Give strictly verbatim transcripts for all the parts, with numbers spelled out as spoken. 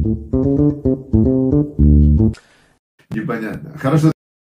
Непонятно. Хорошо,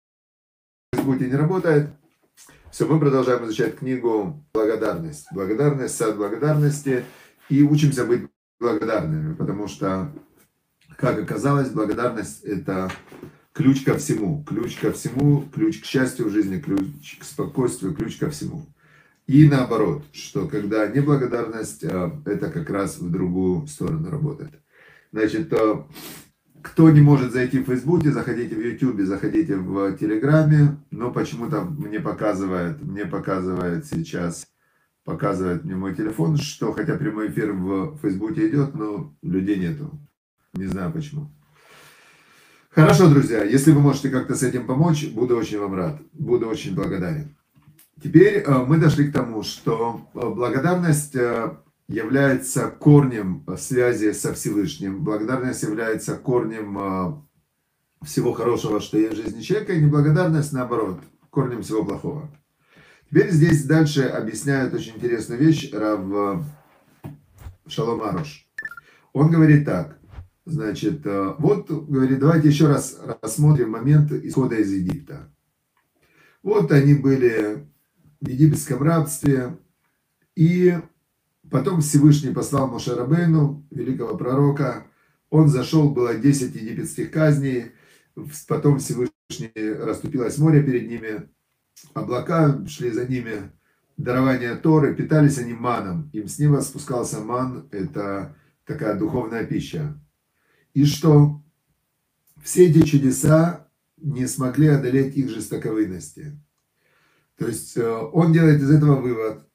в Фейсбуке не работает. Все, мы продолжаем изучать книгу «Благодарность». Благодарность, сад благодарности. И учимся быть благодарными, потому что, как оказалось, благодарность – это ключ ко всему. Ключ ко всему, ключ к счастью в жизни, ключ к спокойствию, ключ ко всему. И наоборот, что когда неблагодарность, это как раз в другую сторону работает. Значит, кто не может зайти в Фейсбуке, заходите в Ютубе, заходите в Телеграме, но почему-то мне показывает, мне показывает сейчас, показывает мне мой телефон, что хотя прямой эфир в Фейсбуке идет, но людей нету. Не знаю почему. Хорошо, друзья, если вы можете как-то с этим помочь, буду очень вам рад, буду очень благодарен. Теперь мы дошли к тому, что благодарность является корнем связи со Всевышним. Благодарность является корнем всего хорошего, что есть в жизни человека, и неблагодарность, наоборот, корнем всего плохого. Теперь здесь дальше объясняет очень интересную вещь Рав Шалом Аруш. Он говорит так, значит, вот, говорит, давайте еще раз рассмотрим момент исхода из Египта. Вот они были в египетском рабстве, и потом Всевышний послал Моше Рабейну, великого пророка. Он зашел, было десять египетских казней. Потом Всевышний расступилось море перед ними. Облака шли за ними. Дарование Торы. Питались они маном. Им с неба спускался ман. Это такая духовная пища. И что? Все эти чудеса не смогли одолеть их жестоковыйности. То есть он делает из этого вывод,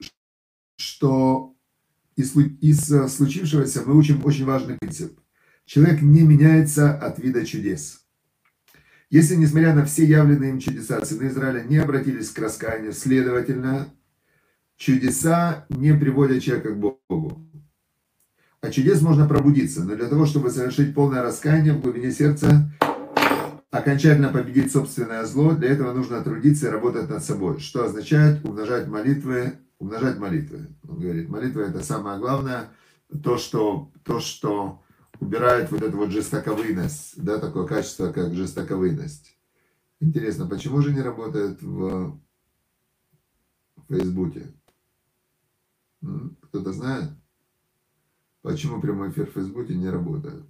что из случившегося мы учим очень важный принцип. Человек не меняется от вида чудес. Если, несмотря на все явленные им чудеса, сыны Израиля не обратились к раскаянию, следовательно, чудеса не приводят человека к Богу. От чудес можно пробудиться, но для того, чтобы совершить полное раскаяние в глубине сердца, окончательно победить собственное зло, для этого нужно трудиться и работать над собой, что означает умножать молитвы, умножать молитвы. Он говорит, молитва это самое главное, то, что, то, что убирает вот эту вот жестоковыйность, да, такое качество, как жестоковыйность. Интересно, почему же не работает в Фейсбуке? Кто-то знает? Почему прямой эфир в Фейсбуке не работает?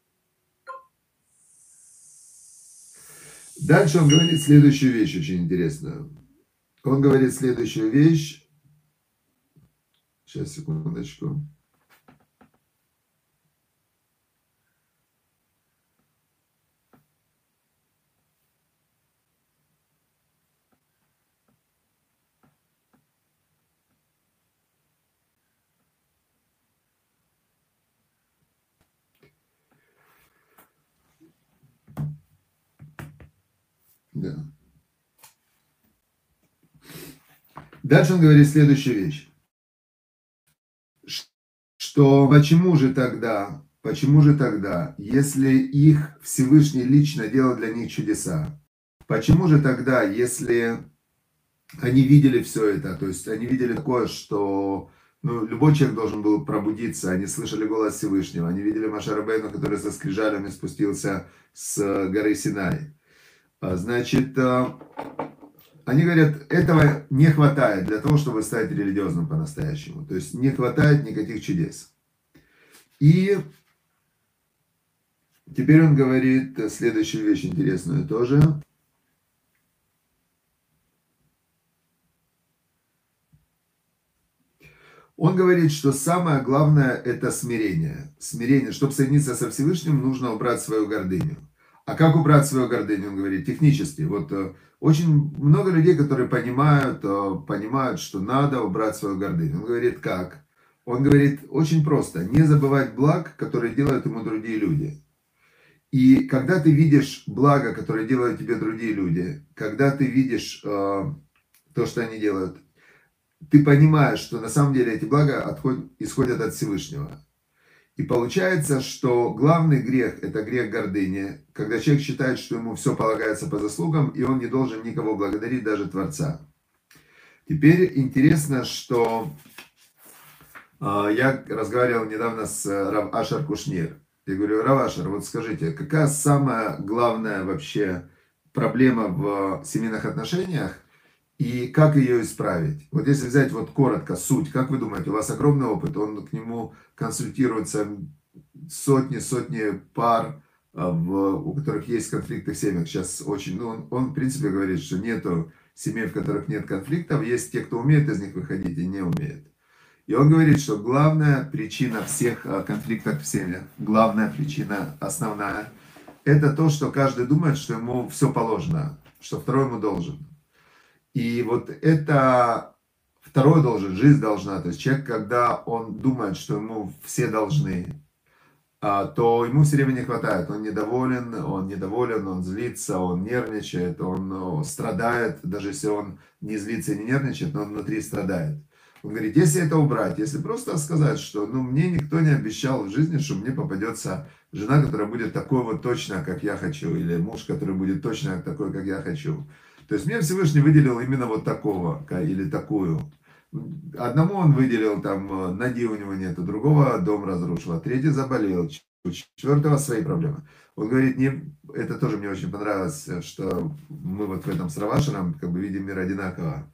Дальше он говорит следующую вещь, очень интересную. Он говорит следующую вещь. Сейчас, секундочку. Да. Дальше он говорит следующую вещь. Что почему же тогда, почему же тогда, если их Всевышний лично делал для них чудеса, почему же тогда, если они видели все это, то есть они видели такое, что ну, любой человек должен был пробудиться, они слышали голос Всевышнего, они видели Моше Рабейну, который со скрижалями спустился с горы Синай. Значит, они говорят, этого не хватает для того, чтобы стать религиозным по-настоящему. То есть не хватает никаких чудес. И теперь он говорит следующую вещь интересную тоже. Он говорит, что самое главное это смирение. Смирение. Чтобы соединиться со Всевышним, нужно убрать свою гордыню. А как убрать свою гордыню, он говорит, технически. Вот очень много людей, которые понимают, понимают, что надо убрать свою гордыню. Он говорит, как? Он говорит, очень просто. Не забывать благ, которые делают ему другие люди. И когда ты видишь благо, которое делают тебе другие люди, когда ты видишь э, то, что они делают, ты понимаешь, что на самом деле эти блага отходят, исходят от Всевышнего. И получается, что главный грех – это грех гордыни, когда человек считает, что ему все полагается по заслугам, и он не должен никого благодарить, даже Творца. Теперь интересно, что э, я разговаривал недавно с Рав Ашер Кушнир. Я говорю: Равашер, вот скажите, какая самая главная вообще проблема в семейных отношениях и как ее исправить? Вот если взять вот коротко суть, как вы думаете, у вас огромный опыт, он к нему консультируется сотни, сотни пар, а, в, у которых есть конфликты в семьях. Сейчас очень, ну, он, он в принципе говорит, что нету семей, в которых нет конфликтов, есть те, кто умеет из них выходить и не умеет. И он говорит, что главная причина всех а, конфликтов в семьях, главная причина, основная, это то, что каждый думает, что ему все положено, что второй ему должен. И вот это второй должен, жизнь должна. То есть человек, когда он думает, что ему все должны, а, то ему все время не хватает. Он недоволен, он недоволен, он злится, он нервничает, он ну, страдает. Даже если он не злится и не нервничает, но он внутри страдает. Он говорит, если это убрать, если просто сказать, что ну, мне никто не обещал в жизни, что мне попадется жена, которая будет такой вот точно, как я хочу, или муж, который будет точно такой, как я хочу. То есть мне Всевышний выделил именно вот такого, или такую. Одному он выделил, там, ноги у него нету, другого дом разрушил, а третий заболел, у четвертого свои проблемы. Он говорит, не, это тоже мне очень понравилось, что мы вот в этом с Равашером как бы видим мир одинаково.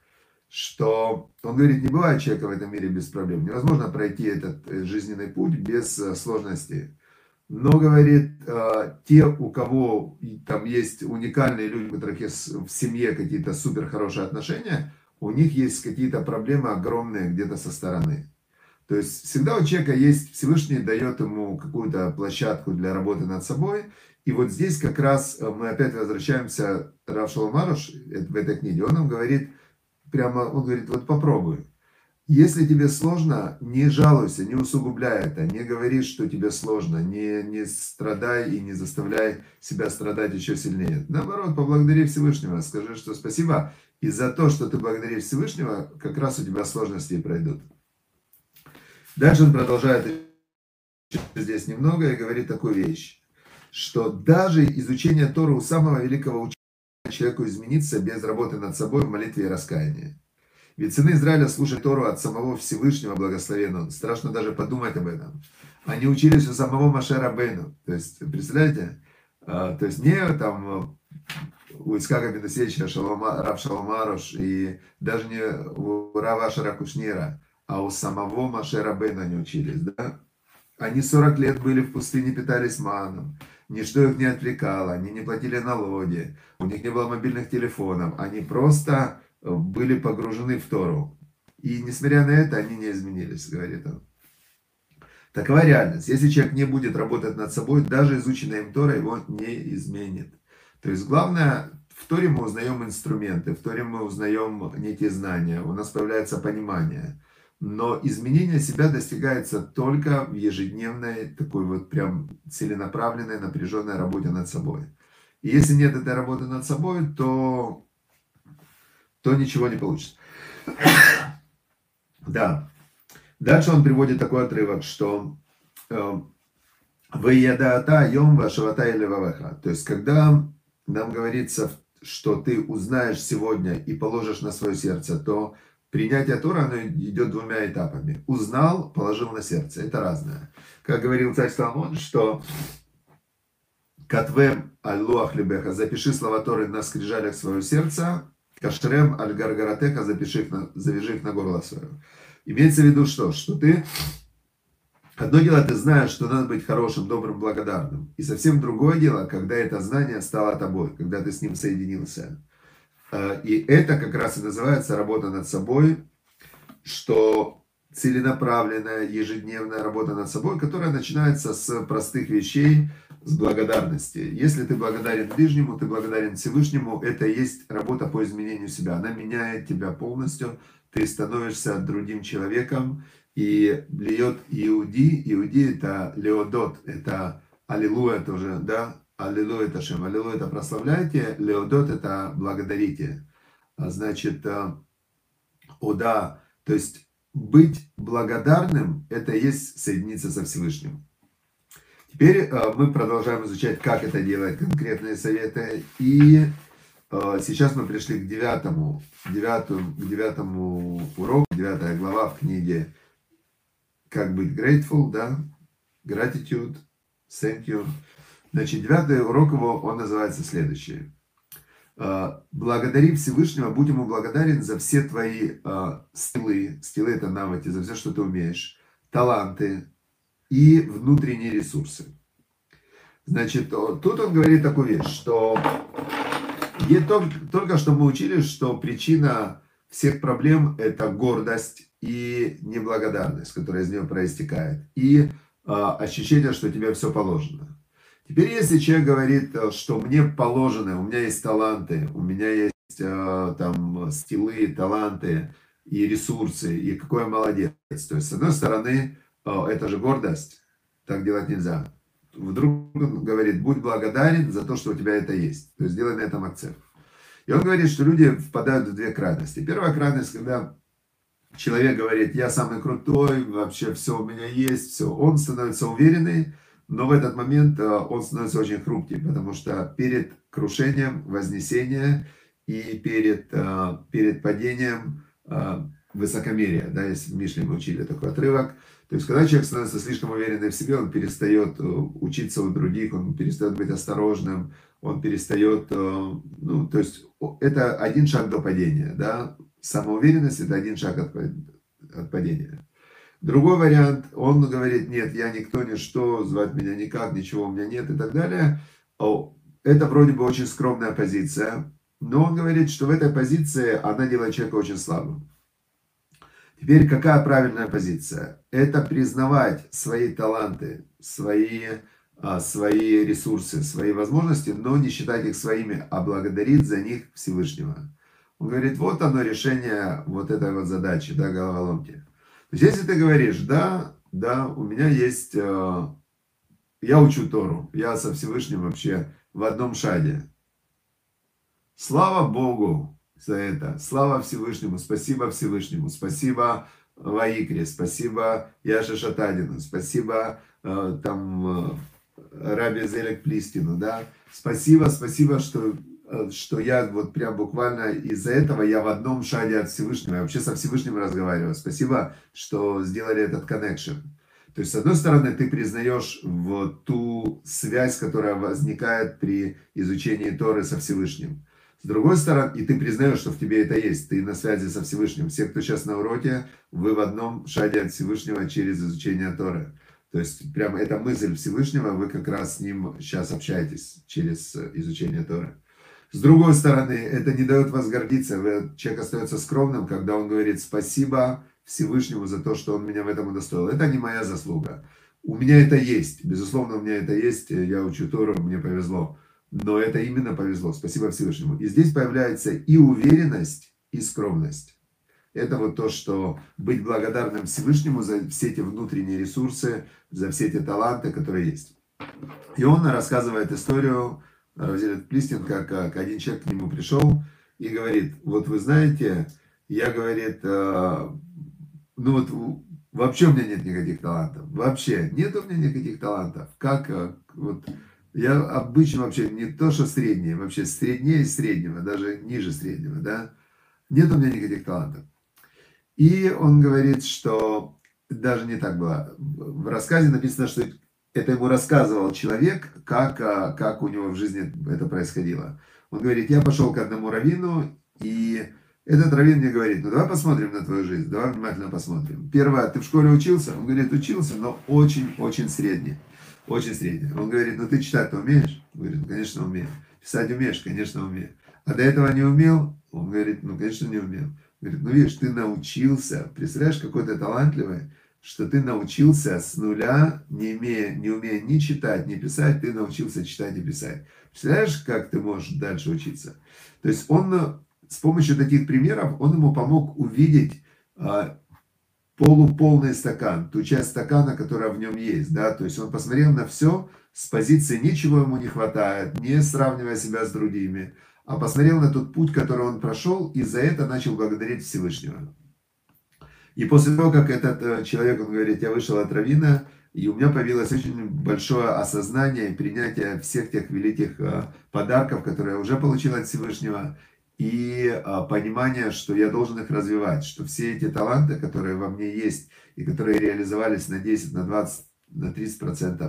Что он говорит, не бывает человека в этом мире без проблем. Невозможно пройти этот жизненный путь без сложностей. Но, говорит, те, у кого там есть уникальные люди, у которых есть в семье какие-то супер хорошие отношения, у них есть какие-то проблемы огромные где-то со стороны. То есть всегда у человека есть, Всевышний дает ему какую-то площадку для работы над собой. И вот здесь как раз мы опять возвращаемся, Рав Шолом Аруш в этой книге, он нам говорит, прямо, он говорит, вот попробуй. Если тебе сложно, не жалуйся, не усугубляй это, не говори, что тебе сложно, не, не страдай и не заставляй себя страдать еще сильнее. Наоборот, поблагодари Всевышнего, скажи, что спасибо, и за то, что ты благодаришь Всевышнего, как раз у тебя сложности и пройдут. Дальше он продолжает здесь немного и говорит такую вещь, что даже изучение Торы у самого великого учителя человеку измениться без работы над собой в молитве и раскаянии. Ведь сыны Израиля слушали Тору от самого Всевышнего благословенного. Страшно даже подумать об этом. Они учились у самого Моше Рабейну. То есть, представляете? То есть не там у Ицхака бен Исеича, Рав Шолом Аруш и даже не у Рава Ашера Кушнира, а у самого Моше Рабейну они учились. Да? Они сорок лет были в пустыне, питались маном. Ничто их не отвлекало, они не платили налоги, у них не было мобильных телефонов. Они просто были погружены в Тору. И несмотря на это, они не изменились, говорит он. Такова реальность. Если человек не будет работать над собой, даже изученная им Тора его не изменит. То есть главное, в Торе мы узнаем инструменты, в Торе мы узнаем некие знания, у нас появляется понимание. Но изменение себя достигается только в ежедневной, такой вот прям целенаправленной, напряженной работе над собой. И если нет этой работы над собой, то, то ничего не получится. Да. Дальше он приводит такой отрывок, что «Ваядата йом вашавата и левавеха». То есть, когда нам говорится, что ты узнаешь сегодня и положишь на свое сердце, то принятие Тора, оно идет двумя этапами. Узнал, положил на сердце. Это разное. Как говорил царь Соломон, что «Катвем аль-луах либеха» запиши слова Торы на скрижалях своего сердца, «Кашрем аль-гаргаратеха» запиши их на, завяжи их на горло свое. Имеется в виду что? Что ты... Одно дело, ты знаешь, что надо быть хорошим, добрым, благодарным. И совсем другое дело, когда это знание стало тобой, когда ты с ним соединился. И это как раз и называется работа над собой, что целенаправленная, ежедневная работа над собой, которая начинается с простых вещей, с благодарности. Если ты благодарен ближнему, ты благодарен Всевышнему, это и есть работа по изменению себя. Она меняет тебя полностью, ты становишься другим человеком, и льет Иуди, Иуди это Леодот, это Аллилуйя тоже, да, Аллилуйя это Шем, Аллилуйя это прославляйте, Леодот это благодарите, значит, Ода, то есть быть благодарным, это и есть соединиться со Всевышним. Теперь мы продолжаем изучать, как это делать, конкретные советы, и сейчас мы пришли к девятому, девятому, к девятому уроку, девятая глава в книге «Как быть grateful», да, gratitude, Thank you. Значит, девятый урок его, он называется следующий. Благодари Всевышнего, будь ему благодарен за все твои скиллы, скиллы это навыки, за все, что ты умеешь, таланты и внутренние ресурсы. Значит, тут он говорит такую вещь, что только, только что мы учили, что причина всех проблем это гордость и неблагодарность, которая из нее проистекает, и а, ощущение, что тебе все положено. Теперь, если человек говорит, что мне положено, у меня есть таланты, у меня есть а, там скиллы, таланты и ресурсы, и какой я молодец. То есть, с одной стороны, а, это же гордость, так делать нельзя. Вдруг он говорит, будь благодарен за то, что у тебя это есть. То есть, делай на этом акцент. И он говорит, что люди впадают в две крайности. Первая крайность, когда человек говорит, я самый крутой, вообще все у меня есть, все. Он становится уверенный, но в этот момент он становится очень хрупкий, потому что перед крушением, вознесением и перед, перед падением высокомерия, да, если в Мишле мы учили такой отрывок. То есть, когда человек становится слишком уверенным в себе, он перестает учиться у других, он перестает быть осторожным, он перестает, ну, то есть, это один шаг до падения, да, самоуверенность это один шаг от, от падения. Другой вариант, он говорит, нет, я никто, ничто, звать меня никак, ничего у меня нет и так далее. Это вроде бы очень скромная позиция, но он говорит, что в этой позиции она делает человека очень слабым. Теперь какая правильная позиция? Это признавать свои таланты, свои, свои ресурсы, свои возможности, но не считать их своими, а благодарить за них Всевышнего. Он говорит, вот оно решение вот этой вот задачи, да, головоломки. То есть, если ты говоришь, да, да, у меня есть, я учу Тору, я со Всевышним вообще в одном шаге. Слава Богу за это. Слава Всевышнему, спасибо Всевышнему, спасибо Ваикре, спасибо Яше Шатадину, спасибо э, там э, Раби Зелек Плистину, да. Спасибо, спасибо, что, э, что я вот прям буквально из-за этого я в одном шаге от Всевышнего, я вообще со Всевышним разговариваю. Спасибо, что сделали этот коннекшн. То есть, с одной стороны, ты признаешь вот ту связь, которая возникает при изучении Торы со Всевышним. С другой стороны, и ты признаешь, что в тебе это есть, ты на связи со Всевышним. Все, кто сейчас на уроке, вы в одном шаге от Всевышнего через изучение Торы. То есть, прям эта мысль Всевышнего, вы как раз с ним сейчас общаетесь через изучение Торы. С другой стороны, это не дает вас гордиться. Человек остается скромным, когда он говорит спасибо Всевышнему за то, что он меня в этом удостоил. Это не моя заслуга. У меня это есть. Безусловно, у меня это есть. Я учу Тору, мне повезло. Но это именно повезло. Спасибо Всевышнему. И здесь появляется и уверенность, и скромность. Это вот то, что быть благодарным Всевышнему за все эти внутренние ресурсы, за все эти таланты, которые есть. И он рассказывает историю, Равзелет Плистин, как, как один человек к нему пришел и говорит, вот вы знаете, я, говорит, э, ну вот вообще у меня нет никаких талантов. Вообще нет у меня никаких талантов. Как вот... Я обычно вообще не то, что средний, вообще среднее среднего, даже ниже среднего, да. Нет у меня никаких талантов. И он говорит, что даже не так было. В рассказе написано, что это ему рассказывал человек, как, как у него в жизни это происходило. Он говорит, я пошел к одному раввину, и этот раввин мне говорит, ну давай посмотрим на твою жизнь, давай внимательно посмотрим. Первое, ты в школе учился? Он говорит, учился, но очень-очень средний. Очень средний. Он говорит, ну ты читать-то умеешь? Он говорит, ну конечно умею. Писать умеешь? Конечно умею. А до этого не умел? Он говорит, ну конечно не умел. Он говорит, ну видишь, ты научился. Представляешь, какой ты талантливый, что ты научился с нуля, не, имея, не умея ни читать, ни писать, ты научился читать и писать. Представляешь, как ты можешь дальше учиться? То есть он с помощью таких примеров, он ему помог увидеть полуполный стакан, ту часть стакана, которая в нем есть, да, то есть он посмотрел на все с позиции ничего ему не хватает, не сравнивая себя с другими, а посмотрел на тот путь, который он прошел, и за это начал благодарить Всевышнего. И после того, как этот человек, он говорит, я вышел от раввина, и у меня появилось очень большое осознание и принятие всех тех великих подарков, которые я уже получил от Всевышнего, и а, понимание, что я должен их развивать, что все эти таланты, которые во мне есть, и которые реализовались на десять, на двадцать, на тридцать процентов,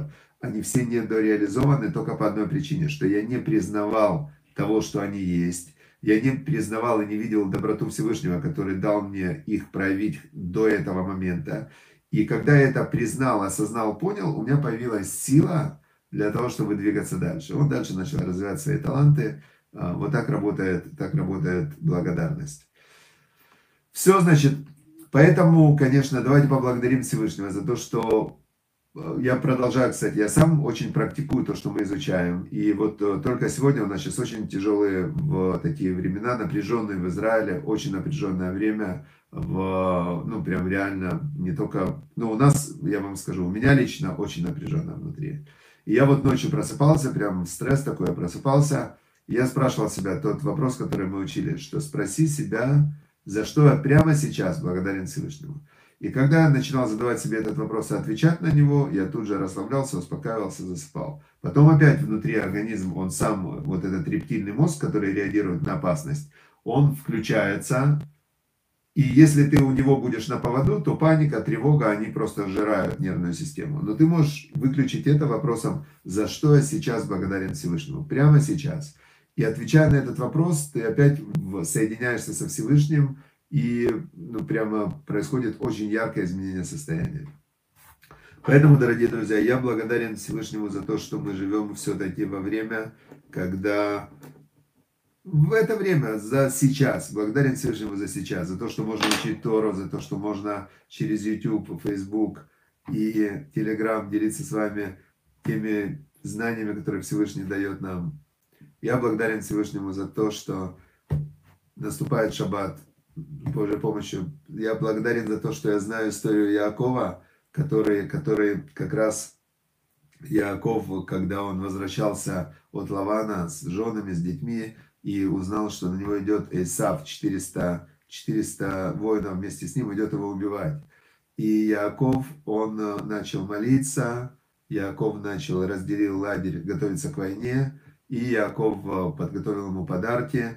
они все недореализованы только по одной причине, что я не признавал того, что они есть. Я не признавал и не видел доброту Всевышнего, который дал мне их проявить до этого момента. И когда я это признал, осознал, понял, у меня появилась сила для того, чтобы двигаться дальше. Он дальше начал развивать свои таланты. Вот так работает, так работает благодарность. Все, значит, поэтому, конечно, давайте поблагодарим Всевышнего за то, что я продолжаю, кстати, я сам очень практикую то, что мы изучаем. И вот только сегодня у нас сейчас очень тяжелые в такие времена, напряженные в Израиле, очень напряженное время, в, ну, прям реально, не только, ну, у нас, я вам скажу, у меня лично очень напряженно внутри. И я вот ночью просыпался, прям стресс такой, я просыпался, и я спрашивал себя тот вопрос, который мы учили, что спроси себя, за что я прямо сейчас благодарен Всевышнему. И когда я начинал задавать себе этот вопрос и отвечать на него, я тут же расслаблялся, успокаивался, засыпал. Потом опять внутри организм, он сам, вот этот рептильный мозг, который реагирует на опасность, он включается. И если ты у него будешь на поводу, то паника, тревога, они просто сжирают нервную систему. Но ты можешь выключить это вопросом, за что я сейчас благодарен Всевышнему. Прямо сейчас. И отвечая на этот вопрос, ты опять соединяешься со Всевышним, и ну, прямо происходит очень яркое изменение состояния. Поэтому, дорогие друзья, я благодарен Всевышнему за то, что мы живем все-таки во время, когда... В это время, за сейчас, благодарен Всевышнему за сейчас, за то, что можно учить Тору, за то, что можно через YouTube, Facebook и Telegram делиться с вами теми знаниями, которые Всевышний дает нам. Я благодарен Всевышнему за то, что наступает шаббат, Божьей помощью. Я благодарен за то, что я знаю историю Яакова, который, который как раз Яаков, когда он возвращался от Лавана с женами, с детьми, и узнал, что на него идет Эйсав, четыреста, четыреста воинов вместе с ним, идет его убивать. И Яаков, он начал молиться, Яаков начал, разделил лагерь, готовиться к войне, и Яаков подготовил ему подарки.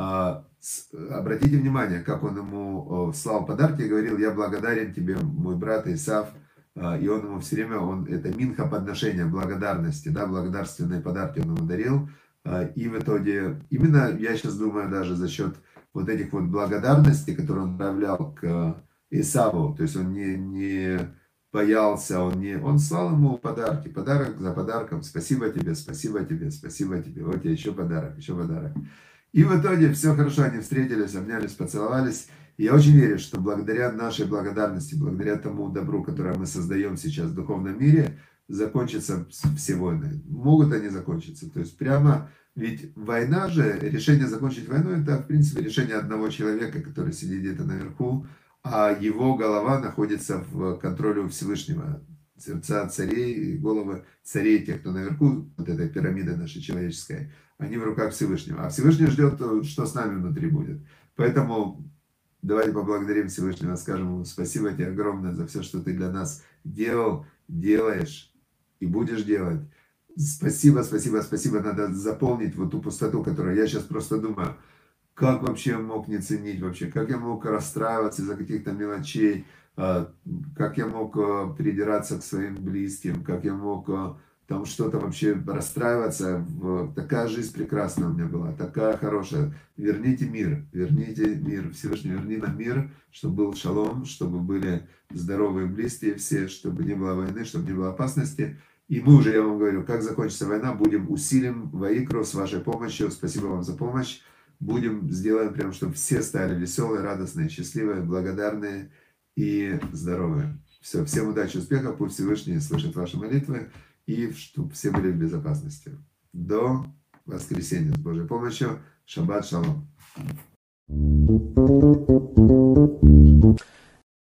Обратите внимание, как он ему слал подарки и говорил: я благодарен тебе, мой брат Эйсав. И он ему все время, он, это минха подношения, благодарности, да, благодарственные подарки он ему дарил. И в итоге, именно я сейчас думаю, даже за счет вот этих вот благодарностей, которые он проявлял к Исаву, то есть он не, не боялся, он не, он слал ему подарки, подарок за подарком, спасибо тебе, спасибо тебе, спасибо тебе, вот тебе еще подарок, еще подарок. И в итоге все хорошо, они встретились, обнялись, поцеловались. И я очень верю, что благодаря нашей благодарности, благодаря тому добру, которое мы создаем сейчас в духовном мире, закончатся все войны. Могут они закончиться. То есть прямо, ведь война же, решение закончить войну, это в принципе решение одного человека, который сидит где-то наверху, а его голова находится в контроле у Всевышнего. Сердца царей и головы царей, тех, кто наверху, вот этой пирамиды нашей человеческой, они в руках Всевышнего. А Всевышний ждет, что с нами внутри будет. Поэтому давайте поблагодарим Всевышнего, скажем ему: спасибо тебе огромное за все, что ты для нас делал, делаешь и будешь делать. Спасибо, спасибо, спасибо. Надо заполнить вот ту пустоту, которую я сейчас просто думаю, как вообще я мог не ценить вообще, как я мог расстраиваться из-за каких-то мелочей, как я мог придираться к своим близким, как я мог там что-то вообще расстраиваться. Такая жизнь прекрасная у меня была, такая хорошая. Верните мир, верните мир. Всевышний, верни нам мир, чтобы был шалом, чтобы были здоровые близкие все, чтобы не было войны, чтобы не было опасности. И мы уже, я вам говорю, как закончится война, будем усилим Ваикру с вашей помощью. Спасибо вам за помощь. Будем, сделаем прям, чтобы все стали веселые, радостные, счастливые, благодарные и здоровые. Все, всем удачи, успехов, пусть Всевышний слышит ваши молитвы, и чтобы все были в безопасности. До воскресенья с Божьей помощью. Шаббат шалом.